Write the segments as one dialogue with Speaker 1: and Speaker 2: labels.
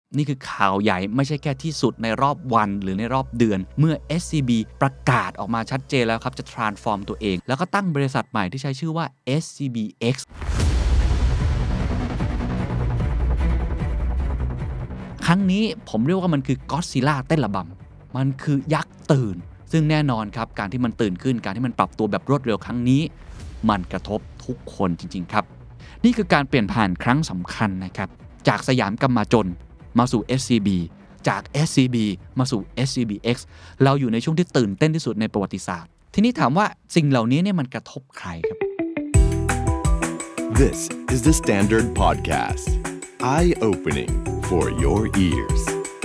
Speaker 1: นี่คือข่าวใหญ่ไม่ใช่แค่ที่สุดในรอบวันหรือในรอบเดือนเมื่อ SCB ประกาศออกมาชัดเจนแล้วครับจะ transform ตัวเองแล้วก็ตั้งบริษัทใหม่ที่ใช้ชื่อว่า SCBX ครั้งนี้ผมเรียกว่ามันคือ Godzilla เต้นระบำมันคือยักษ์ตื่นซึ่งแน่นอนครับการที่มันตื่นขึ้นการที่มันปรับตัวแบบรวดเร็วครั้งนี้มันกระทบทุกคนจริงๆครับนี่คือการเปลี่ยนผ่านครั้งสำคัญนะครับจากสยามกำมาจนมาสู่ SCB จาก SCB มาสู่ SCBX เราอยู่ในช่วงที่ตื่นเต้นที่สุดในประวัติศาสตร์ทีนี้ถามว่าสิ่งเหล่านี้เนี่ยมันกระทบใครครับ
Speaker 2: This is the Standard Podcast Eye-opening for your ears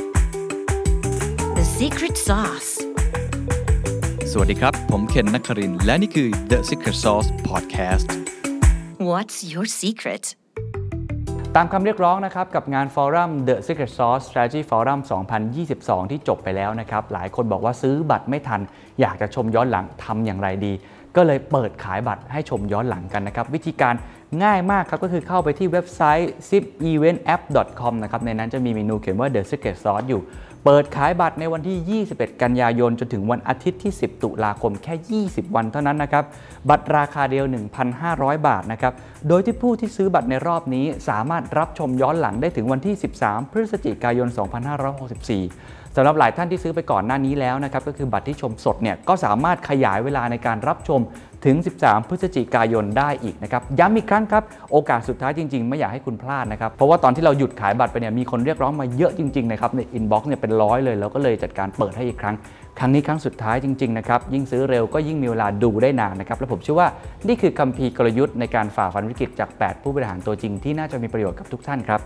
Speaker 3: The Secret Sauce
Speaker 1: สวัสดีครับผมเคนนักครินทร์และนี่คือ The Secret Sauce Podcast
Speaker 3: What's your secret
Speaker 1: ตามคำเรียกร้องนะครับกับงานฟอรัม The Secret Sauce Strategy Forum 2022 ที่จบไปแล้วนะครับหลายคนบอกว่าซื้อบัตรไม่ทันอยากจะชมย้อนหลังทำอย่างไรดีก็เลยเปิดขายบัตรให้ชมย้อนหลังกันนะครับวิธีการง่ายมากครับก็คือเข้าไปที่เว็บไซต์ zipeventapp.com นะครับในนั้นจะมีเมนูเขียนว่า The Secret Sauce อยู่เปิดขายบัตรในวันที่21กันยายนจนถึงวันอาทิตย์ที่10ตุลาคมแค่20วันเท่านั้นนะครับบัตรราคาเดียว 1,500 บาทนะครับโดยที่ผู้ที่ซื้อบัตรในรอบนี้สามารถรับชมย้อนหลังได้ถึงวันที่13พฤศจิกายน2564สำหรับหลายท่านที่ซื้อไปก่อนหน้านี้แล้วนะครับก็คือบัตรที่ชมสดเนี่ยก็สามารถขยายเวลาในการรับชมถึง13พฤศจิกายนได้อีกนะครับย้ำอีกครั้งครับโอกาสสุดท้ายจริงๆไม่อยากให้คุณพลาดนะครับเพราะว่าตอนที่เราหยุดขายบัตรไปเนี่ยมีคนเรียกร้องมาเยอะจริงๆนะครับในอินบ็อกซ์เนี่ยเป็นร้อยเลยแล้วก็เลยจัดการเปิดให้อีกครั้งนี้ครั้งสุดท้ายจริงๆนะครับยิ่งซื้อเร็วก็ยิ่งมีเวลาดูได้นานนะครับและผมเชื่อว่านี่คือคัมภีร์กลยุทธ์ในการฝ่าฟันวิกฤตจาก8ผู้บริหารตัวจริงที่น่าจะมีประโยชน์กับทุกท่านครับ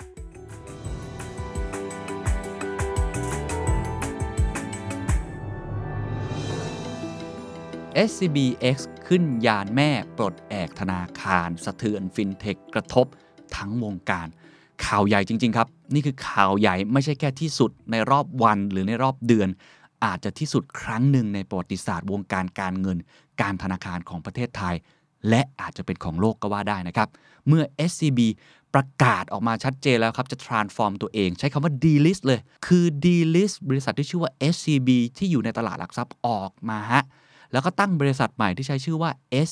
Speaker 1: SCBX ขึ้นยานแม่ปลดแอกธนาคารสะเทือนฟินเทคกระทบทั้งวงการข่าวใหญ่จริงๆครับนี่คือข่าวใหญ่ไม่ใช่แค่ที่สุดในรอบวันหรือในรอบเดือนอาจจะที่สุดครั้งหนึ่งในประวัติศาสตร์วงการการเงินการธนาคารของประเทศไทยและอาจจะเป็นของโลกก็ว่าได้นะครับเมื่อ SCB ประกาศออกมาชัดเจนแล้วครับจะ transform ตัวเองใช้คำว่า delist เลยคือ delist บริษัทที่ชื่อว่า SCB ที่อยู่ในตลาดหลักทรัพย์ออกมาฮะแล้วก็ตั้งบริษัทใหม่ที่ใช้ชื่อว่า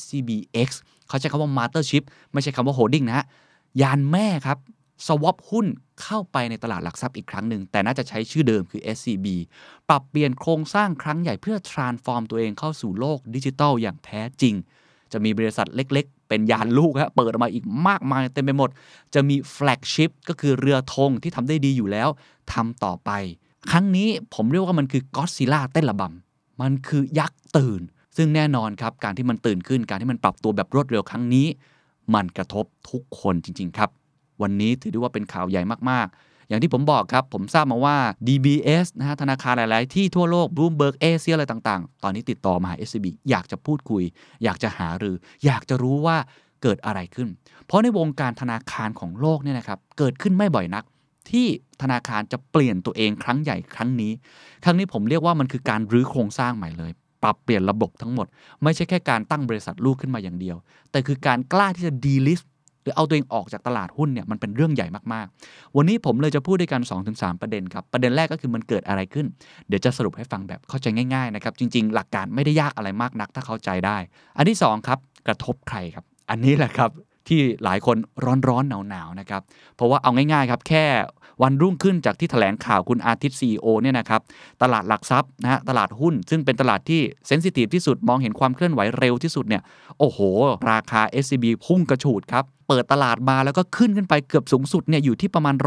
Speaker 1: SCBX เขาใช้คำว่า Mothership ไม่ใช่คำว่า Holding นะฮะยานแม่ครับswap หุ้นเข้าไปในตลาดหลักทรัพย์อีกครั้งหนึ่งแต่น่าจะใช้ชื่อเดิมคือ SCB ปรับเปลี่ยนโครงสร้างครั้งใหญ่เพื่อ transform ตัวเองเข้าสู่โลกดิจิทัลอย่างแท้จริงจะมีบริษัทเล็กๆเป็นยานลูกฮะเปิดออกมาอีกมากมายเต็มไปหมดจะมี flagship ก็คือเรือธงที่ทำได้ดีอยู่แล้วทำต่อไปครั้งนี้ผมเรียกว่ามันคือ Godzilla เต้นระบำมันคือยักษ์ตื่นซึ่งแน่นอนครับการที่มันตื่นขึ้นการที่มันปรับตัวแบบรวดเร็วครั้งนี้มันกระทบทุกคนจริงๆครับวันนี้ถือได้ว่าเป็นข่าวใหญ่มากๆอย่างที่ผมบอกครับผมทราบมาว่า DBS นะฮะธนาคารหลายๆที่ทั่วโลก Bloomberg Asia อะไรต่างๆตอนนี้ติดต่อมาหา SCB อยากจะพูดคุยอยากจะหารืออยากจะรู้ว่าเกิดอะไรขึ้นเพราะในวงการธนาคารของโลกเนี่ยนะครับเกิดขึ้นไม่บ่อยนักที่ธนาคารจะเปลี่ยนตัวเองครั้งใหญ่ครั้งนี้ผมเรียกว่ามันคือการรื้อโครงสร้างใหม่เลยปรับเปลี่ยนระบบทั้งหมดไม่ใช่แค่การตั้งบริษัทลูกขึ้นมาอย่างเดียวแต่คือการกล้าที่จะ delist หรือเอาตัวเองออกจากตลาดหุ้นเนี่ยมันเป็นเรื่องใหญ่มากๆวันนี้ผมเลยจะพูดด้วยกัน 2-3 ประเด็นครับประเด็นแรกก็คือมันเกิดอะไรขึ้นเดี๋ยวจะสรุปให้ฟังแบบเข้าใจง่ายๆนะครับจริงๆหลักการไม่ได้ยากอะไรมากนักถ้าเข้าใจได้อันที่2ครับกระทบใครครับอันนี้แหละครับที่หลายคนร้อนๆหนาวๆนะครับเพราะว่าเอาง่ายๆครับแค่วันรุ่งขึ้นจากที่แถลงข่าวคุณอาทิตย์ CEO เนี่ยนะครับตลาดหลักทรัพย์นะฮะตลาดหุ้นซึ่งเป็นตลาดที่เซนซิทีฟที่สุดมองเห็นความเคลื่อนไหวเร็วที่สุดเนี่ยโอ้โหราคา SCB พุ่งกระฉูดครับเปิดตลาดมาแล้วก็ขึ้นไปเกือบสูงสุดเนี่ยอยู่ที่ประมาณ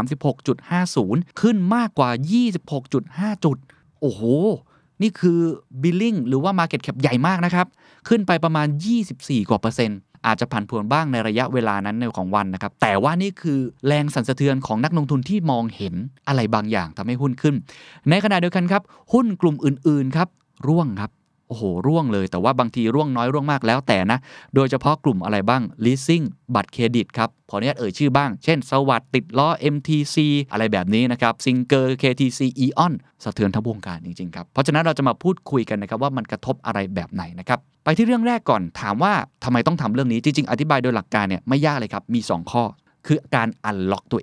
Speaker 1: 136.50 ขึ้นมากกว่า 26.5 จุดโอ้โหนี่คือ billing หรือว่า market cap ใหญ่มากนะครับขึ้นไปประมาณ24%อาจจะผันผวนบ้างในระยะเวลานั้นในของวันนะครับแต่ว่านี่คือแรงสั่นสะเทือนของนักลงทุนที่มองเห็นอะไรบางอย่างทำให้หุ้นขึ้นในขณะเดียวกันครับหุ้นกลุ่มอื่นๆครับร่วงครับโอ้โหร่วงเลยแต่ว่าบางทีร่วงน้อยร่วงมากแล้วแต่นะโดยเฉพาะกลุ่มอะไรบ้าง leasing บัตรเครดิตครับขออนุญาตชื่อบ้างเช่นสวัสดิ์ติดล้อ MTC อะไรแบบนี้นะครับ Singer KTC Eon สะเทือนทั้งวงการจริงๆครับเพราะฉะนั้นเราจะมาพูดคุยกันนะครับว่ามันกระทบอะไรแบบไหนนะครับไปที่เรื่องแรกก่อนถามว่าทำไมต้องทำเรื่องนี้จริงๆอธิบายโดยหลักการเนี่ยไม่ยากเลยครับมี2ข้อคือการ unlock ตัวเอง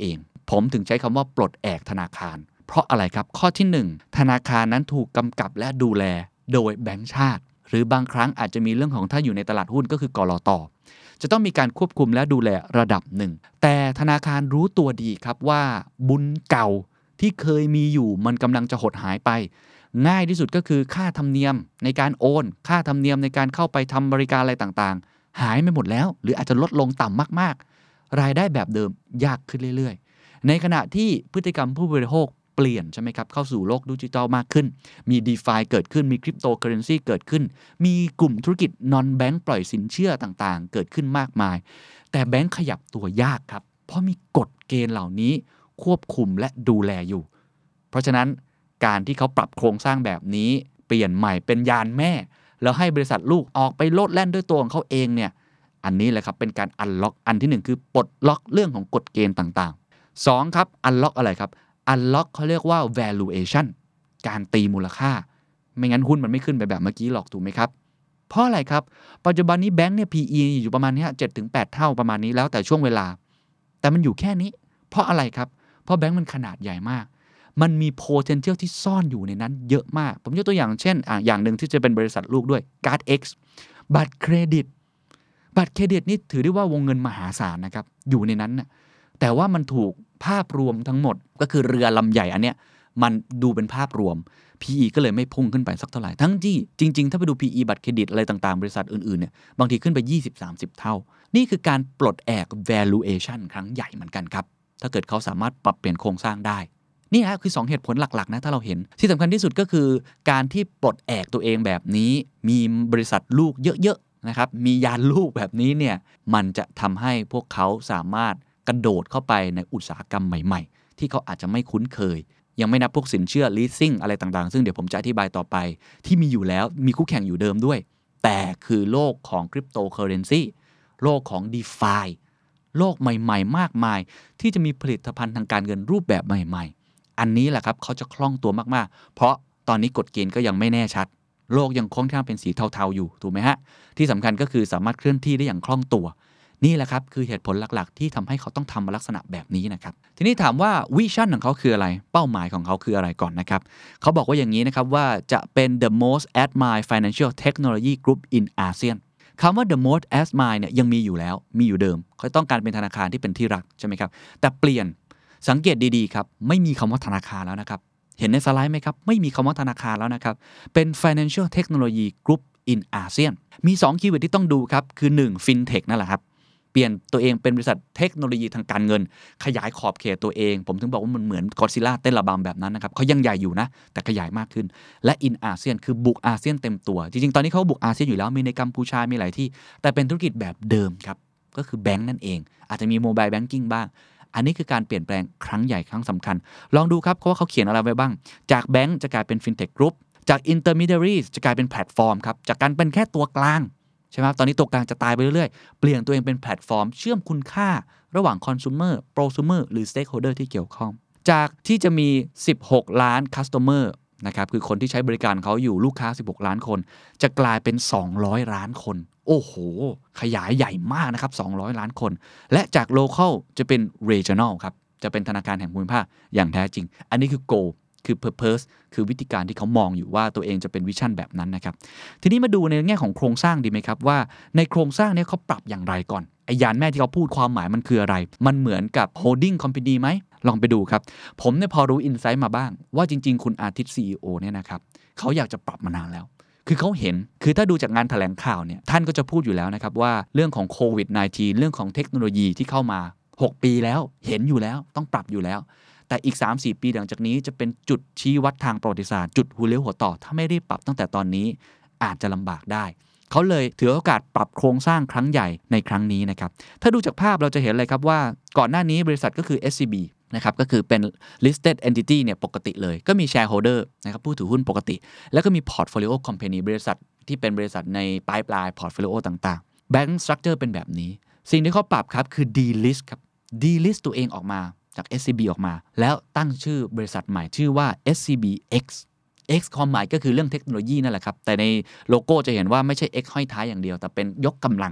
Speaker 1: ผมถึงใช้คำว่าปลดแอกธนาคารเพราะอะไรครับข้อที่1ธนาคารนั้นถูกกำกับและดูแลโดยแบงก์ชาติหรือบางครั้งอาจจะมีเรื่องของถ้าอยู่ในตลาดหุ้นก็คือกลต.จะต้องมีการควบคุมและดูแลระดับหนึ่งแต่ธนาคารรู้ตัวดีครับว่าบุญเก่าที่เคยมีอยู่มันกำลังจะหดหายไปง่ายที่สุดก็คือค่าธรรมเนียมในการโอนค่าธรรมเนียมในการเข้าไปทำบริการอะไรต่างๆหายไปหมดแล้วหรืออาจจะลดลงต่ำมากๆรายได้แบบเดิมยากขึ้นเรื่อยๆในขณะที่พฤติกรรมผู้บริโภคเปลี่ยนใช่ไหมครับเข้าสู่โลกดิจิทัลมากขึ้นมี DeFi เกิดขึ้นมีคริปโตเคอเรนซีเกิดขึ้นมีกลุ่มธุรกิจ non bank ปล่อยสินเชื่อต่างๆเกิดขึ้นมากมายแต่แบงค์ขยับตัวยากครับเพราะมีกฎเกณฑ์เหล่านี้ควบคุมและดูแลอยู่เพราะฉะนั้นการที่เขาปรับโครงสร้างแบบนี้เปลี่ยนใหม่เป็นยานแม่แล้วให้บริษัทลูกออกไปโลดแล่นด้วยตัวของเขาเองเนี่ยอันนี้แหละครับเป็นการอันล็อกอันที่1คือปลดล็อกเรื่องของกฎเกณฑ์ต่างๆ2ครับอันล็อกอะไรครับอันล็อกเขาเรียกว่า valuation การตีมูลค่าไม่งั้นหุ้นมันไม่ขึ้นไปแบบเมื่อกี้หรอกถูกไหมครับเพราะอะไรครับปัจจุบันนี้แบงค์เนี่ย PE อยู่ประมาณนี้ 7-8 เท่าประมาณนี้แล้วแต่ช่วงเวลาแต่มันอยู่แค่นี้เพราะอะไรครับเพราะแบงค์มันขนาดใหญ่มากมันมี potential ที่ซ่อนอยู่ในนั้นเยอะมากผมยกตัวอย่างเช่นอย่างหนึ่งที่จะเป็นบริษัทลูกด้วย CardX บัตรเครดิตนี่ถือได้ว่าวงเงินมหาศาลนะครับอยู่ในนั้นนะแต่ว่ามันถูกภาพรวมทั้งหมดก็คือเรือลำใหญ่อันเนี้ยมันดูเป็นภาพรวม PE ก็เลยไม่พุ่งขึ้นไปสักเท่าไหร่ทั้งที่จริงๆถ้าไปดู PE บัตรเครดิตอะไรต่างๆบริษัทอื่นๆเนี่ยบางทีขึ้นไป 20-30 เท่านี่คือการปลดแอก valuation ครั้งใหญ่เหมือนกันครับถ้าเกิดเขาสามารถปรับเปลี่ยนโครงสร้างได้นี่ฮะคือ2เหตุผลหลักๆนะถ้าเราเห็นที่สำคัญที่สุดก็คือการที่ปลดแอกตัวเองแบบนี้มีบริษัทลูกเยอะๆนะครับมียานลูกแบบนี้เนี่ยมันจะทำให้พวกเขาสามารถกระโดดเข้าไปในอุตสาหกรรมใหม่ๆที่เขาอาจจะไม่คุ้นเคยยังไม่นับพวกสินเชื่อ leasing อะไรต่างๆซึ่งเดี๋ยวผมจะอธิบายต่อไปที่มีอยู่แล้วมีคู่แข่งอยู่เดิมด้วยแต่คือโลกของคริปโตเคอเรนซีโลกของ DeFi โลกใหม่ๆมากมายที่จะมีผลิตภัณฑ์ทางการเงินรูปแบบใหม่ๆอันนี้แหละครับเขาจะคล่องตัวมากๆเพราะตอนนี้กฎเกณฑ์ก็ยังไม่แน่ชัดโลกยังค่อนข้างเป็นสีเทาๆอยู่ถูกไหมฮะที่สำคัญก็คือสามารถเคลื่อนที่ได้อย่างคล่องตัวนี่แหละครับคือเหตุผลหลักๆที่ทำให้เขาต้องทำลักษณะแบบนี้นะครับทีนี้ถามว่าวิชั่นของเขาคืออะไรเป้าหมายของเขาคืออะไรก่อนนะครับเขาบอกว่าอย่างนี้นะครับว่าจะเป็น the most admired financial technology group in ASEAN คำว่า the most admired เนี่ยยังมีอยู่แล้วมีอยู่เดิมเขาต้องการเป็นธนาคารที่เป็นที่รักใช่ไหมครับแต่เปลี่ยนสังเกตดีๆครับไม่มีคำว่าธนาคารแล้วนะครับเห็นในสไลด์ไหมครับไม่มีคำว่าธนาคารแล้วนะครับเป็น financial technology group in ASEAN มี2คีย์เวิร์ดที่ต้องดูครับคือ1 fintech นั่นแหละครับเปลี่ยนตัวเองเป็นบริษัทเทคโนโลยีทางการเงินขยายขอบเขตตัวเองผมถึงบอกว่ามันเหมือนกอดซิลล่าเต้นระบำแบบนั้นนะครับเขายังใหญ่อยู่นะแต่ขยายมากขึ้นและ in ASEAN คือบุกอาเซียนเต็มตัวจริงๆตอนนี้เขาบุกอาเซียนอยู่แล้วมีในกัมพูชามีหลายที่แต่เป็นธุรกิจแบบเดิมครับก็คือแบงก์นั่นเองอาจจะมีโมบายแบงกิ้งบ้างอันนี้คือการเปลี่ยนแปลงครั้งใหญ่ครั้งสำคัญลองดูครับว่าเขาเขียนอะไรไว้บ้างจากแบงก์จะกลายเป็น fintech group จาก intermediaries จะกลายเป็นแพลตฟอร์มครับจากการเป็นแค่ตัวกลางใช่ไหมตอนนี้ตัวกลางจะตายไปเรื่อยๆเปลี่ยนตัวเองเป็นแพลตฟอร์มเชื่อมคุณค่าระหว่าง consumer prosumer หรือ stakeholder ที่เกี่ยวข้องจากที่จะมี16ล้าน customer นะครับคือคนที่ใช้บริการเขาอยู่ลูกค้า16ล้านคนจะกลายเป็น200ล้านคนโอ้โหขยายใหญ่มากนะครับ200ล้านคนและจาก local จะเป็น regional ครับจะเป็นธนาคารแห่งภูมิภาคอย่างแท้จริงอันนี้คือ goalคือ purpose คือวิธีการที่เขามองอยู่ว่าตัวเองจะเป็นวิชั่นแบบนั้นนะครับทีนี้มาดูในแง่ของโครงสร้างดีไหมครับว่าในโครงสร้างนี้เขาปรับอย่างไรก่อนไอยานแม่ที่เขาพูดความหมายมันคืออะไรมันเหมือนกับ holding company ไหมลองไปดูครับผมเนี่ยพอรู้ insight มาบ้างว่าจริงๆคุณอาทิตย์ CEO เนี่ยนะครับเขาอยากจะปรับมานานแล้วคือเขาเห็นคือถ้าดูจากงานแถลงข่าวเนี่ยท่านก็จะพูดอยู่แล้วนะครับว่าเรื่องของโควิด -19 เรื่องของเทคโนโลยีที่เข้ามา6ปีแล้วเห็นอยู่แล้วต้องปรับอยู่แล้วแต่อีก 3-4 ปีหลังจากนี้จะเป็นจุดชี้วัดทางประวัติศาสตร์จุดหัวเลี้ยวหัวต่อถ้าไม่รีบปรับตั้งแต่ตอนนี้อาจจะลำบากได้เขาเลยถือโอกาสปรับโครงสร้างครั้งใหญ่ในครั้งนี้นะครับถ้าดูจากภาพเราจะเห็นเลยครับว่าก่อนหน้านี้บริษัทก็คือ SCB นะครับก็คือเป็น listed entity เนี่ยปกติเลยก็มี shareholder นะครับผู้ถือหุ้นปกติแล้วก็มี portfolio company บริษัทที่เป็นบริษัทใน pipeline portfolio ต่างๆ bank structure เป็นแบบนี้สิ่งที่เขาปรับครับคือ delist ครับ delist ตัวเองออกมาจาก SCB ออกมาแล้วตั้งชื่อบริษัทใหม่ชื่อว่า SCBX X ความหมายก็คือเรื่องเทคโนโลยีนั่นแหละครับแต่ในโลโก้จะเห็นว่าไม่ใช่ X ห้อยท้ายอย่างเดียวแต่เป็นยกกำลัง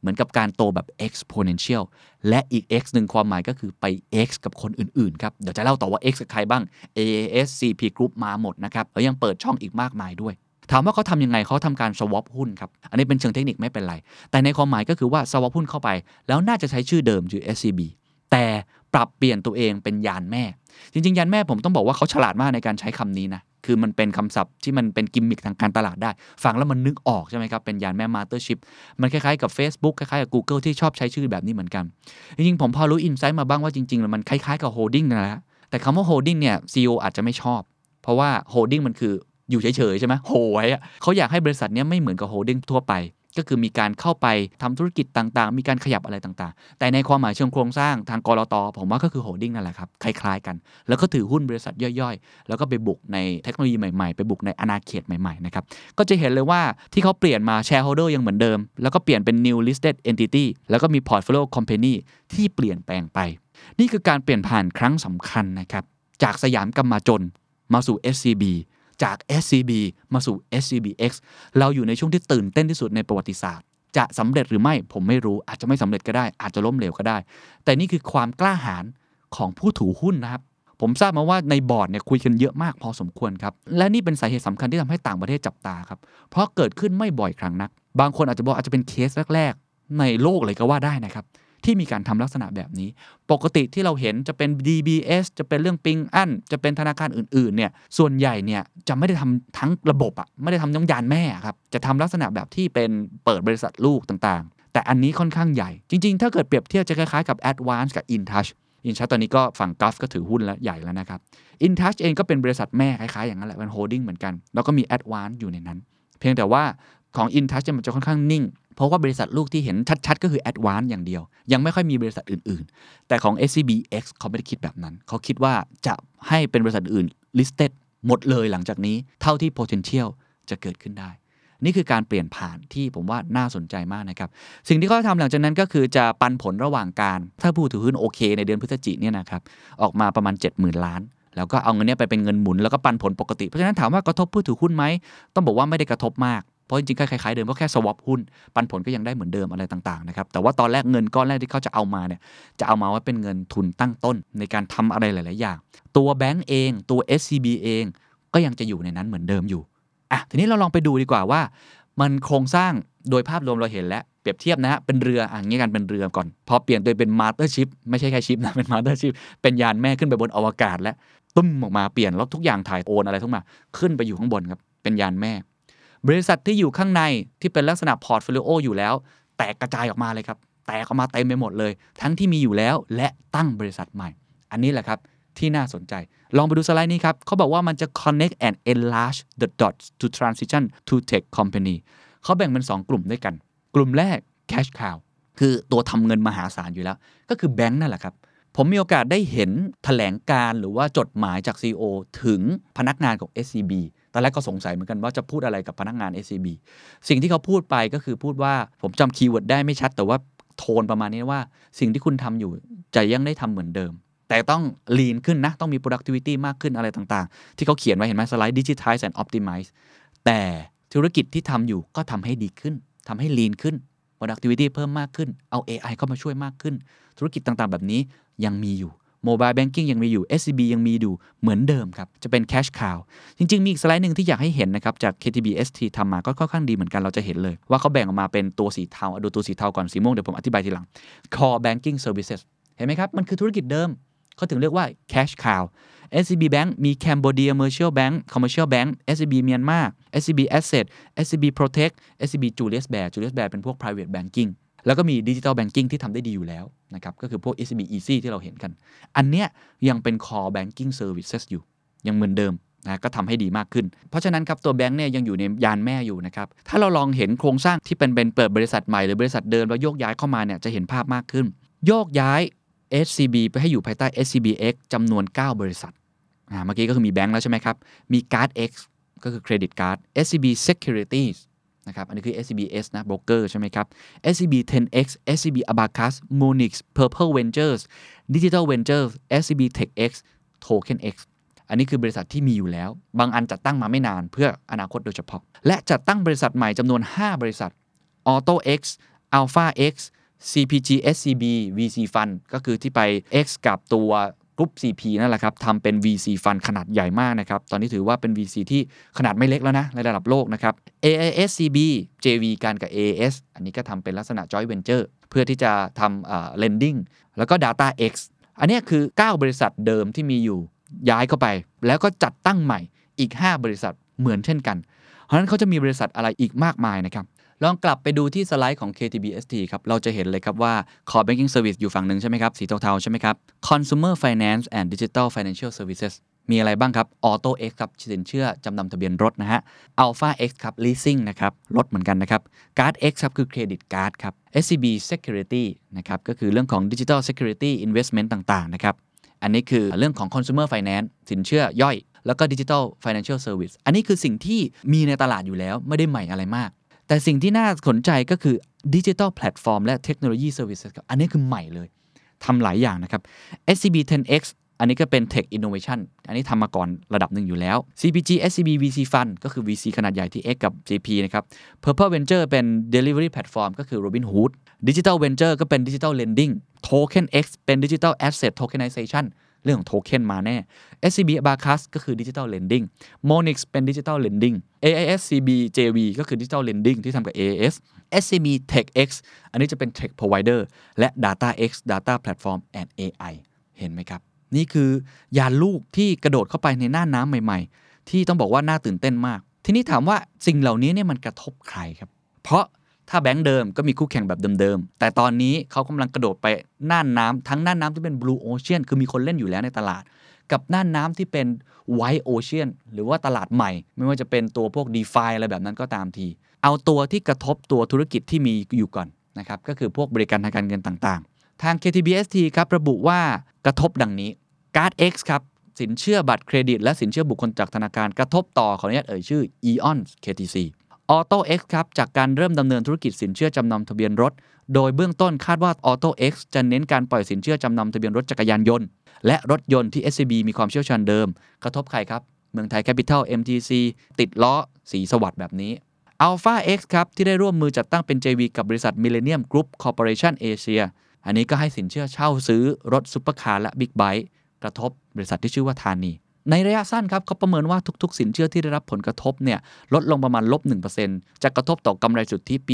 Speaker 1: เหมือนกับการโตแบบ exponential และอีก x หนึ่งความหมายก็คือไป x กับคนอื่นๆครับเดี๋ยวจะเล่าต่อว่า x กับใครบ้าง AAS CP Group มาหมดนะครับแล้วยังเปิดช่องอีกมากมายด้วยถามว่าเขาทำยังไงเขาทำการ swap หุ้นครับอันนี้เป็นเชิงเทคนิคไม่เป็นไรแต่ในความหมายก็คือว่า swap หุ้นเข้าไปแล้วน่าจะใช้ชื่อเดิมคือ SCB แต่ปรับเปลี่ยนตัวเองเป็นยานแม่จริงๆยานแม่ผมต้องบอกว่าเขาฉลาดมากในการใช้คำนี้นะคือมันเป็นคำศัพท์ที่มันเป็นกิมมิคทางการตลาดได้ฟังแล้วมันนึกออกใช่ไหมครับเป็นยานแม่ Mothership มันคล้ายๆกับ Facebook คล้ายๆกับ Google ที่ชอบใช้ชื่อแบบนี้เหมือนกันจริงๆผมพอรู้อินไซต์มาบ้างว่าจริงๆแล้วมันคล้ายๆกับ holding นั่นแหละแต่คำว่า holding เนี่ย CEO อาจจะไม่ชอบเพราะว่า holding มันคืออยู่เฉยๆใช่ไหมโหยเขาอยากให้บริษัทนี้ไม่เหมือนกับ holding ทั่วไปก็คือมีการเข้าไปทำธุรกิจต่างๆมีการขยับอะไรต่างๆแต่ในความหมายเชิงโครงสร้างทางกลต.ผมว่าก็คือ holding นั่นแหละครับคล้ายๆกันแล้วก็ถือหุ้นบริษัทย่อยๆแล้วก็ไปบุกในเทคโนโลยีใหม่ๆไปบุกในอาณาเขตใหม่ๆนะครับก็จะเห็นเลยว่าที่เขาเปลี่ยนมา shareholder ยังเหมือนเดิมแล้วก็เปลี่ยนเป็น new listed entity แล้วก็มี portfolio company ที่เปลี่ยนแปลงไปนี่คือการเปลี่ยนผ่านครั้งสำคัญนะครับจากสยามกำมะจนมาสู่ SCB จาก SCB มาสู่ SCBX เราอยู่ในช่วงที่ตื่นเต้นที่สุดในประวัติศาสตร์จะสำเร็จหรือไม่ผมไม่รู้อาจจะไม่สำเร็จก็ได้อาจจะล้มเหลวก็ได้แต่นี่คือความกล้าหาญของผู้ถือหุ้นนะครับผมทราบมาว่าในบอร์ดเนี่ยคุยกันเยอะมากพอสมควรครับและนี่เป็นสาเหตุสำคัญที่ทำให้ต่างประเทศจับตาครับเพราะเกิดขึ้นไม่บ่อยครั้งนักบางคนอาจจะบอกอาจจะเป็นเคสแรกๆในโลกเลยก็ว่าได้นะครับที่มีการทำลักษณะแบบนี้ปกติที่เราเห็นจะเป็น DBS จะเป็นเรื่องปิงอั้นจะเป็นธนาคารอื่นๆเนี่ยส่วนใหญ่เนี่ยจะไม่ได้ทำทั้งระบบไม่ได้ทำทั้งยานแม่ครับจะทำลักษณะแบบที่เป็นเปิดบริษัทลูกต่างๆแต่อันนี้ค่อนข้างใหญ่จริงๆถ้าเกิดเปรียบเทียบจะคล้ายๆกับ Advance กับ InTouch ตอนนี้ก็ฝั่งกัฟก็ถือหุ้นแล้วใหญ่แล้วนะครับ InTouch เองก็เป็นบริษัทแม่คล้ายๆอย่างนั้นแหละเป็นโฮลดิ้งเหมือนกันแล้วก็มี Advance อยู่ในนั้นเพียงแต่ว่าของ InTouch มันจะค่อนข้างนิ่งเพราะว่าบริษัทลูกที่เห็นชัดๆก็คือ Advance อย่างเดียวยังไม่ค่อยมีบริษัทอื่นๆแต่ของ SCBX เขาไม่ได้คิดแบบนั้นเขาคิดว่าจะให้เป็นบริษัทอื่น listed หมดเลยหลังจากนี้เท่าที่ potential จะเกิดขึ้นได้นี่คือการเปลี่ยนผ่านที่ผมว่าน่าสนใจมากนะครับสิ่งที่เขาทำหลังจากนั้นก็คือจะปันผลระหว่างการถ้าผู้ถือหุ้นโอเคในเดือนพฤศจิกายนเนี่ยนะครับออกมาประมาณ 70,000 ล้านแล้วก็เอาเงินนี้ไปเป็นเงินหมุนแล้วก็ปันผลปกติเพราะฉะนั้นถามว่ากระทบผู้ถือหุ้นไหมต้องบอกว่าไม่ได้กระทบมากเพราะจริงๆก็คล้ายๆเดิมก็แค่ swap หุ้นปันผลก็ยังได้เหมือนเดิมอะไรต่างๆนะครับแต่ว่าตอนแรกเงินก้อนแรกที่เขาจะเอามาเนี่ยจะเอามาไว้เป็นเงินทุนตั้งต้นในการทำอะไรหลายๆอย่างตัวแบงก์เองตัว SCB เองก็ยังจะอยู่ในนั้นเหมือนเดิมอยู่ทีนี้เราลองไปดูดีกว่าว่ามันโครงสร้างโดยภาพรวมเราเห็นแล้วเปรียบเทียบนะเป็นเรืองี้กันเป็นเรือก่อนพอเปลี่ยนตัวเป็น Mothership ไม่ใช่แค่ชิปนะเป็น Mothership เป็นยานแม่ขึ้นไปบนอวกาศแล้วตุ้มออกมาเปลี่ยนแล้วทุกอย่างถ่ายโอนอะไรทั้งมาขึ้นไปอยู่ข้างบนครับเป็นยานแม่บริษัทที่อยู่ข้างในที่เป็นลักษณะพอร์ตโฟลิโออยู่แล้วแตกกระจายออกมาเลยครับแตกออกมาเต็มไปหมดเลยทั้งที่มีอยู่แล้วและตั้งบริษัทใหม่อันนี้แหละครับที่น่าสนใจลองไปดูสไลด์นี้ครับเขาบอกว่ามันจะ connect and enlarge the dots to transition to tech company เขาแบ่งเป็น2กลุ่มด้วยกันกลุ่มแรก cash cow คือตัวทำเงินมหาศาลอยู่แล้วก็คือแบงค์นั่นแหละครับผมมีโอกาสได้เห็นแถลงการหรือว่าจดหมายจาก CEO ถึงพนักงานของ SCB ตอนแรกก็สงสัยเหมือนกันว่าจะพูดอะไรกับพนักงาน SCB สิ่งที่เขาพูดไปก็คือพูดว่าผมจำคีย์เวิร์ดได้ไม่ชัดแต่ว่าโทนประมาณนี้ว่าสิ่งที่คุณทำอยู่จะยังได้ทำเหมือนเดิมแต่ต้อง lean ขึ้นนะต้องมี productivity มากขึ้นอะไรต่างๆที่เขาเขียนไว้เห็นไหมสไลด์ digitize and optimize แต่ธุรกิจที่ทำอยู่ก็ทำให้ดีขึ้นทำให้ lean ขึ้น productivity เพิ่มมากขึ้นเอา AI เข้ามาช่วยมากขึ้นธุรกิจต่างๆแบบนี้ยังมีอยู่ Mobile Banking ยังมีอยู่ SCB ยังมีอยู่เหมือนเดิมครับจะเป็น Cash Cow จริงๆมีอีกสไลด์นึงที่อยากให้เห็นนะครับจาก KTBST ทำมาก็ค่อนข้างดีเหมือนกันเราจะเห็นเลยว่าเขาแบ่งออกมาเป็นตัวสีเทาดูตัวสีเทาก่อนสีม่วงเดี๋ยวผมอธิบายทีหลัง Core Banking Services เห็นไหมครับมันคือธุรกิจเดิมเขาถึงเรียกว่า Cash Cow SCB Bank มี Cambodia Commercial Bank SCB Myanmar SCB Asset SCB Protect SCB Julius Baer เป็นพวก Private Banking แล้วก็มี Digital Banking ที่ทำได้ดีอยู่แล้วนะครับก็คือพวก SCB Easy ที่เราเห็นกันอันเนี้ยยังเป็น Core Banking Services อยู่ยังเหมือนเดิมนะก็ทำให้ดีมากขึ้นเพราะฉะนั้นครับตัวแบงค์เนี่ยยังอยู่ในยานแม่อยู่นะครับถ้าเราลองเห็นโครงสร้างที่เป็นเปิดบริษัทใหม่หรือบริษัทเดิมแล้วโยกย้ายเข้ามาเนี่ยจะเห็นภาพมากขึ้นโยกย้าย SCB ไปให้อยู่ภายใต้ SCBX จำนวน9บริษัทเมื่อกี้ก็คือมีแบงค์แล้วใช่ไหมครับมี Card X ก็คือ Credit Card SCB Securities นะครับอันนี้คือ SCBS นะ Broker ใช่ไหมครับ SCB 10X SCB Abacus Monix Purple Ventures Digital Ventures SCB TechX Token X อันนี้คือบริษัทที่มีอยู่แล้วบางอันจัดตั้งมาไม่นานเพื่ออนาคตโดยเฉพาะและจัดตั้งบริษัทใหม่จำนวน5บริษัท AutoX Alpha X CPG SCB VC Fund ก็คือที่ไป X กับตัวกรุ๊ป CP นั่นแหละครับทำเป็น VC Fund ขนาดใหญ่มากนะครับตอนนี้ถือว่าเป็น VC ที่ขนาดไม่เล็กแล้วนะในระดับโลกนะครับ AISCB JV กันกับ AAS อันนี้ก็ทำเป็นลักษณะ Joint Venture เพื่อที่จะทำlending แล้วก็ DataX อันนี้คือ9บริษัทเดิมที่มีอยู่ย้ายเข้าไปแล้วก็จัดตั้งใหม่อีก5บริษัทเหมือนเช่นกันเพราะฉะนั้นเขาจะมีบริษัทอะไรอีกมากมายนะครับลองกลับไปดูที่สไลด์ของ KTBST ครับเราจะเห็นเลยครับว่า Core Banking Service อยู่ฝั่งหนึ่งใช่ไหมครับสีเทาๆใช่ไหมครับ Consumer Finance and Digital Financial Services มีอะไรบ้างครับ Auto X ครับสินเชื่อจำนำทะเบียนรถนะฮะ Alpha X ครับ Leasing นะครับรถเหมือนกันนะครับ Card X ครับคือ Credit Card ครับ SCB Security นะครับก็คือเรื่องของ Digital Security Investment ต่างๆนะครับอันนี้คือเรื่องของ Consumer Finance สินเชื่อย่อยแล้วก็ Digital Financial Service อันนี้คือสิ่งที่มีในตลาดอยู่แล้วไม่ได้ใหม่อะไรมากแต่สิ่งที่น่าสนใจก็คือ Digital Platform และ Technology Services ครับอันนี้คือใหม่เลยทำหลายอย่างนะครับ SCB 10X อันนี้ก็เป็น Tech Innovation อันนี้ทำมาก่อนระดับหนึ่งอยู่แล้ว CPG SCB VC Fund ก็คือ VC ขนาดใหญ่ที่ X กับ JP นะครับ Purple Venture เป็น Delivery Platform ก็คือ Robinhood Digital Venture ก็เป็น Digital Lending Token X เป็น Digital Asset Tokenization เรื่องของโทเค็นมาแน่ SCB Abacus ก็คือ Digital Lending Monix เป็น Digital Lending AISCB JV ก็คือ Digital Lending ที่ทำกับ AAS SCB TechX อันนี้จะเป็น Tech Provider และ DataX Data Platform and AI เห็นไหมครับนี่คือยานลูกที่กระโดดเข้าไปในน่านน้ำใหม่ๆที่ต้องบอกว่าน่าตื่นเต้นมากทีนี้ถามว่าสิ่งเหล่านี้เนี่ยมันกระทบใครครับเพราะถ้าแบงก์เดิมก็มีคู่แข่งแบบเดิมๆแต่ตอนนี้เขากำลังกระโดดไปน่านน้ำทั้งน่านน้ำที่เป็น Blue Ocean คือมีคนเล่นอยู่แล้วในตลาดกับน่านน้ำที่เป็น White Ocean หรือว่าตลาดใหม่ไม่ว่าจะเป็นตัวพวก DeFi อะไรแบบนั้นก็ตามทีเอาตัวที่กระทบตัวธุรกิจที่มีอยู่ก่อนนะครับก็คือพวกบริการทางการเงินต่างๆทาง KTBST ครับระบุว่ากระทบดังนี้ Card X ครับสินเชื่อบัตรเครดิตและสินเชื่อบุคคลจากธนาคารกระทบต่อขออนุญาตชื่อ Eon KTC Auto X ครับจากการเริ่มดำเนินธุรกิจสินเชื่อจำนำทะเบียนรถโดยเบื้องต้นคาดว่า Auto X จะเน้นการปล่อยสินเชื่อจำนำทะเบียนรถจักรยานยนต์และรถยนต์ที่ SCB มีความเชี่ยวชาญเดิมกระทบใครครับเมืองไทย Capital MTC ติดล้อสีสวัสด์แบบนี้ Alpha X ครับที่ได้ร่วมมือจัดตั้งเป็น JV กับบริษัท Millennium Group Corporation Asia อันนี้ก็ให้สินเชื่อเช่าซื้อรถซุปเปอร์คาร์และบิ๊กไบค์กระทบบริษัทที่ชื่อว่าธานีในระยะสั้นครับเขาประเมินว่าทุกๆสินเชื่อที่ได้รับผลกระทบเนี่ยลดลงประมาณ -1% จะกระทบต่อกำไรสุทธิปี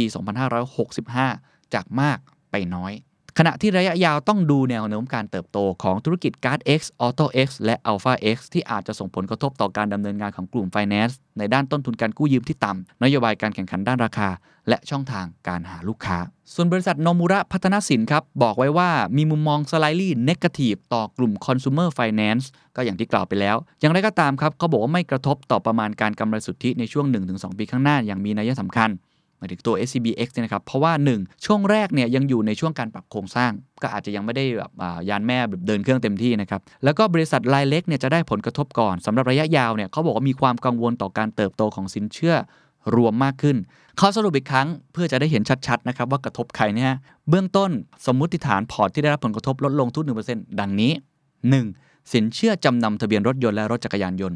Speaker 1: 2565 จากมากไปน้อยขณะที่ระยะยาวต้องดูแนวโน้มการเติบโตของธุรกิจ Card X Auto X และ Alpha X ที่อาจจะส่งผลกระทบต่อการดำเนินงานของกลุ่ม Finance ในด้านต้นทุนการกู้ยืมที่ต่ำนโยบายการแข่งขันด้านราคาและช่องทางการหาลูกค้าส่วนบริษัทโนมุระพัฒนสินครับบอกไว้ว่ามีมุมมอง slightly negative ต่อกลุ่ม Consumer Finance ก็อย่างที่กล่าวไปแล้วอย่างไรก็ตามครับเขาบอกว่าไม่กระทบต่อประมาณการกำไรสุทธิในช่วง 1-2 ปีข้างหน้าอย่างมีนัยสำคัญหมายถึงตัว SCBX เนี่ยนะครับเพราะว่า1ช่วงแรกเนี่ยยังอยู่ในช่วงการปรับโครงสร้างก็อาจจะยังไม่ได้แบบยานแม่แบบเดินเครื่องเต็มที่นะครับแล้วก็บริษัทรายเล็กเนี่ยจะได้ผลกระทบก่อนสำหรับระยะยาวเนี่ยเขาบอกว่ามีความกังวลต่อการเติบโตของสินเชื่อรวมมากขึ้นเขาสรุปอีกครั้งเพื่อจะได้เห็นชัดๆนะครับว่ากระทบใครเนี่ยเบื้องต้นสมมุติฐานพอร์ตที่ได้รับผลกระทบลดลงทุก 1% ดังนี้ 1. สินเชื่อจำนำทะเบียนรถยนต์และรถจักรยานยนต์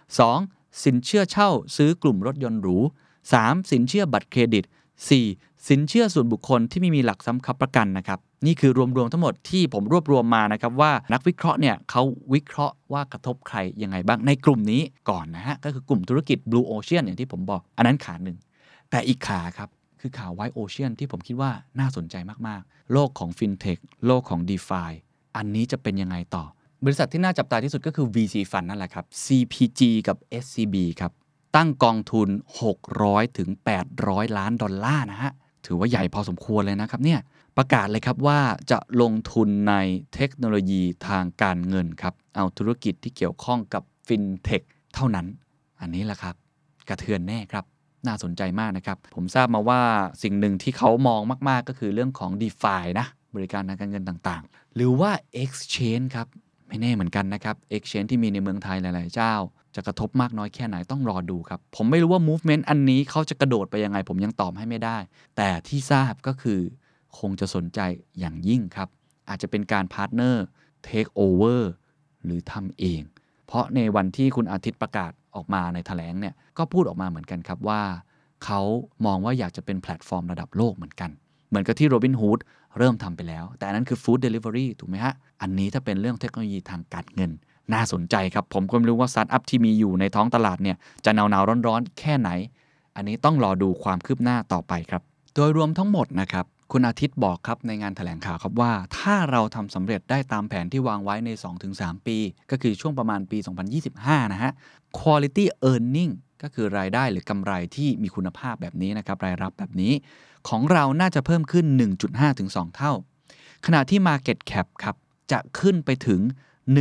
Speaker 1: 2. สินเชื่อเช่าซื้อกลุ่มรถยนต์หรู 3. สินเชื่อบัตรเครดิต 4. สินเชื่อส่วนบุคคลที่ไม่มีหลักทรัพย์ค้ำประกันนะครับนี่คือรวมๆทั้งหมดที่ผมรวบรวมมานะครับว่านักวิเคราะห์เนี่ยเขาวิเคราะห์ว่ากระทบใครยังไงบ้างในกลุ่มนี้ก่อนนะฮะก็คือกลุ่มธุรกิจ Blue Ocean อย่างที่ผมบอกอันนั้นขาหนึ่งแต่อีกขาครับคือขา White Ocean ที่ผมคิดว่าน่าสนใจมากๆโลกของ FinTech โลกของ DeFi อันนี้จะเป็นยังไงต่อบริษัทที่น่าจับตาที่สุดก็คือ VC Fund นั่นแหละครับ CPG กับ SCB ครับตั้งกองทุน$600-800 ล้านนะฮะถือว่าใหญ่พอสมควรเลยนะครับเนี่ยประกาศเลยครับว่าจะลงทุนในเทคโนโลยีทางการเงินครับเอาธุรกิจที่เกี่ยวข้องกับ FinTech เท่านั้นอันนี้แหละครับกระเทือนแน่ครับน่าสนใจมากนะครับผมทราบมาว่าสิ่งหนึ่งที่เขามองมากๆก็คือเรื่องของ DeFi นะบริการทางการเงินต่างๆหรือว่า Exchange ครับไม่แน่เหมือนกันนะครับ Exchange ที่มีในเมืองไทยหลายๆเจ้าจะกระทบมากน้อยแค่ไหนต้องรอดูครับผมไม่รู้ว่า movement อันนี้เขาจะกระโดดไปยังไงผมยังตอบให้ไม่ได้แต่ที่ทราบก็คือคงจะสนใจอย่างยิ่งครับอาจจะเป็นการพาร์ทเนอร์ take over หรือทำเองเพราะในวันที่คุณอาทิตย์ประกาศออกมาในแถลงเนี่ยก็พูดออกมาเหมือนกันครับว่าเขามองว่าอยากจะเป็นแพลตฟอร์มระดับโลกเหมือนกันเหมือนกับที่ Robinhood เริ่มทำไปแล้วแต่อันนั้นคือ Food Delivery ถูกไหมฮะอันนี้ถ้าเป็นเรื่องเทคโนโลยีทางการเงินน่าสนใจครับผมก็ไม่รู้ว่าสตาร์ทอัพที่มีอยู่ในท้องตลาดเนี่ยจะหนาวๆร้อนๆแค่ไหนอันนี้ต้องรอดูความคืบหน้าต่อไปครับโดยรวมทั้งหมดนะครับคุณอาทิตย์บอกครับในงานแถลงข่าวครับว่าถ้าเราทำสำเร็จได้ตามแผนที่วางไว้ใน 2-3 ปีก็คือช่วงประมาณปี 2025 นะฮะ Quality Earning ก็คือรายได้หรือกำไรที่มีคุณภาพแบบนี้นะครับรายรับแบบนี้ของเราน่าจะเพิ่มขึ้น 1.5-2 เท่าขณะที่ Market Cap ครับจะขึ้นไปถึง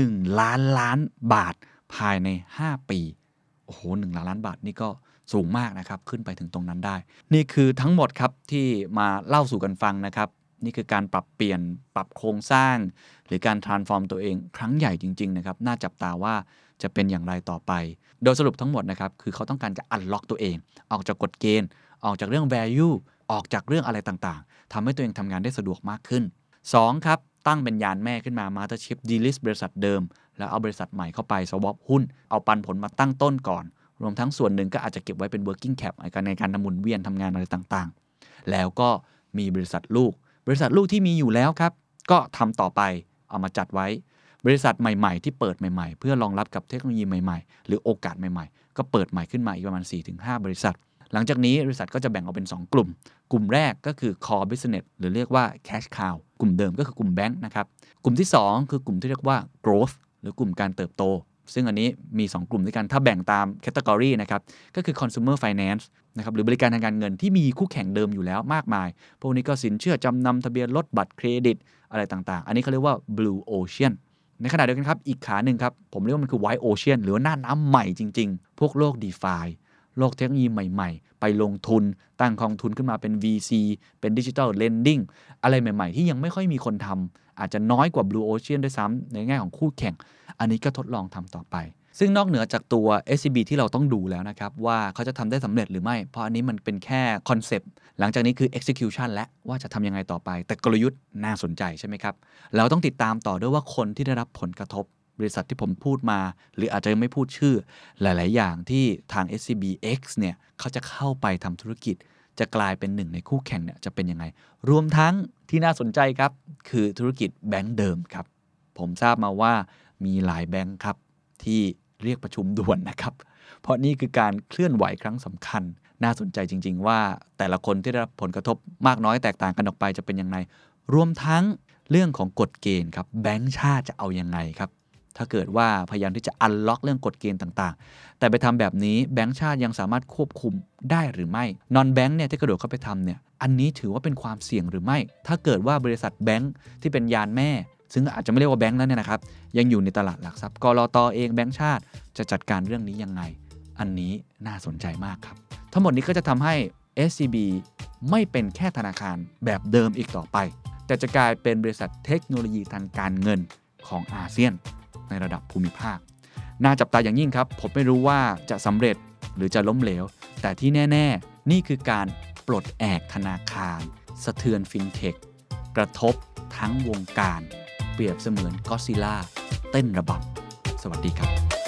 Speaker 1: 1 ล้านบาทภายใน5ปีโอ้โห1 ล้านบาทนี่ก็สูงมากนะครับขึ้นไปถึงตรงนั้นได้นี่คือทั้งหมดครับที่มาเล่าสู่กันฟังนะครับนี่คือการปรับเปลี่ยนปรับโครงสร้างหรือการ transform ตัวเองครั้งใหญ่จริงๆนะครับน่าจับตาว่าจะเป็นอย่างไรต่อไปโดยสรุปทั้งหมดนะครับคือเขาต้องการจะ unlock ตัวเองออกจากกฎเกณฑ์ออกจากเรื่อง value ออกจากเรื่องอะไรต่างๆทำให้ตัวเองทำงานได้สะดวกมากขึ้น2ครับตั้งเป็นยานแม่ขึ้นมา Mothership delist บริษัทเดิมแล้วเอาบริษัทใหม่เข้าไป swap หุ้นเอาปันผลมาตั้งต้นก่อนรวมทั้งส่วนหนึ่งก็อาจจะเก็บไว้เป็น working cap ในการหมุนเวียนทำงานอะไรต่างๆแล้วก็มีบริษัทลูกที่มีอยู่แล้วครับก็ทำต่อไปเอามาจัดไว้บริษัทใหม่ๆที่เปิดใหม่ๆเพื่อรองรับกับเทคโนโลยีใหม่ๆหรือโอกาสใหม่ๆก็เปิดใหม่ขึ้นมาอีกประมาณ 4-5 บริษัทหลังจากนี้บริษัทก็จะแบ่งออกเป็น2กลุ่มแรกก็คือ core business หรือเรียกว่า cash cow กลุ่มเดิมก็คือกลุ่มแบงค์นะครับกลุ่มที่2คือกลุ่มที่เรียกว่า growth หรือกลุ่มการเติบโตซึ่งอันนี้มี2กลุ่มด้วยกันถ้าแบ่งตาม category นะครับก็คือ consumer finance นะครับหรือบริการทางการเงินที่มีคู่แข่งเดิมอยู่แล้วมากมายพวกนี้ก็สินเชื่อจำนำทะเบียนรถบัตรเครดิตอะไรต่างๆอันนี้เขาเรียกว่า blue ocean ในขณะเดียวกันครับอีกขาหนึ่งครับผมเรียกว่ามันคือ white ocean หรือว่าหน้าน้ำใหม่จริงๆพวกโลก DeFi โลกเทคโนโลยีใหม่ๆไปลงทุนตั้งกองทุนขึ้นมาเป็น VC เป็น Digital Lending อะไรใหม่ๆที่ยังไม่ค่อยมีคนทำอาจจะน้อยกว่า Blue Ocean ด้วยซ้ำในแง่ของคู่แข่งอันนี้ก็ทดลองทำต่อไปซึ่งนอกเหนือจากตัว SCB ที่เราต้องดูแล้วนะครับว่าเขาจะทำได้สำเร็จหรือไม่เพราะอันนี้มันเป็นแค่คอนเซปต์หลังจากนี้คือ execution และว่าจะทำยังไงต่อไปแต่กลยุทธ์น่าสนใจใช่ไหมครับเราต้องติดตามต่อด้วยว่าคนที่ได้รับผลกระทบบริษัทที่ผมพูดมาหรืออาจจะไม่พูดชื่อหลายๆอย่างที่ทาง SCBX เนี่ยเขาจะเข้าไปทำธุรกิจจะกลายเป็นหนึ่งในคู่แข่งเนี่ยจะเป็นยังไงรวมทั้งที่น่าสนใจครับคือธุรกิจแบงก์เดิมครับผมทราบมาว่ามีหลายแบงก์ครับที่เรียกประชุมด่วนนะครับเพราะนี่คือการเคลื่อนไหวครั้งสำคัญน่าสนใจจริงๆว่าแต่ละคนที่ได้รับผลกระทบมากน้อยแตกต่างกันออกไปจะเป็นยังไงรวมทั้งเรื่องของกฎเกณฑ์ครับแบงก์ชาติจะเอายังไงครับถ้าเกิดว่าพยายามที่จะอันล็อกเรื่องกฎเกณฑ์ต่างๆแต่ไปทำแบบนี้แบงก์ชาติยังสามารถควบคุมได้หรือไม่นอนแบงก์เนี่ยที่กระโดดเข้าไปทำเนี่ยอันนี้ถือว่าเป็นความเสี่ยงหรือไม่ถ้าเกิดว่าบริษัทแบงก์ที่เป็นยานแม่ซึ่งอาจจะไม่เรียกว่าแบงก์แล้วเนี่ยนะครับยังอยู่ในตลาดหลักทรัพย์กลต.เองแบงก์ชาติจะจัดการเรื่องนี้ยังไงอันนี้น่าสนใจมากครับทั้งหมดนี้ก็จะทำให้ SCB ไม่เป็นแค่ธนาคารแบบเดิมอีกต่อไปแต่จะกลายเป็นบริษัทเทคโนโลยีทางการเงินของอาเซียนในระดับภูมิภาคน่าจับตาอย่างยิ่งครับผมไม่รู้ว่าจะสำเร็จหรือจะล้มเหลวแต่ที่แน่ๆนี่คือการปลดแอกธนาคารสะเทือนฟินเทคกระทบทั้งวงการเปรียบเสมือนก็อดซิลล่าเต้นระบำสวัสดีครับ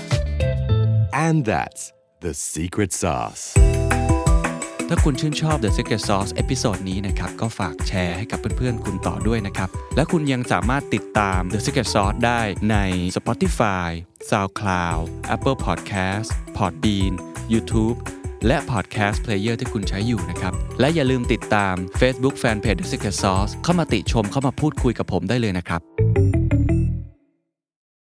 Speaker 2: And that's the secret sauce.
Speaker 1: ถ้าคุณชื่นชอบ The Secret Sauce เอพิโซดนี้นะครับก็ฝากแชร์ให้กับเพื่อนๆคุณต่อด้วยนะครับและคุณยังสามารถติดตาม The Secret Sauce ได้ใน Spotify, SoundCloud, Apple Podcast, Podbean, YouTube และ Podcast Player ที่คุณใช้อยู่นะครับและอย่าลืมติดตาม Facebook Fanpage The Secret Sauce เข้ามาติชมเข้ามาพูดคุยกับผมได้เลยนะครับ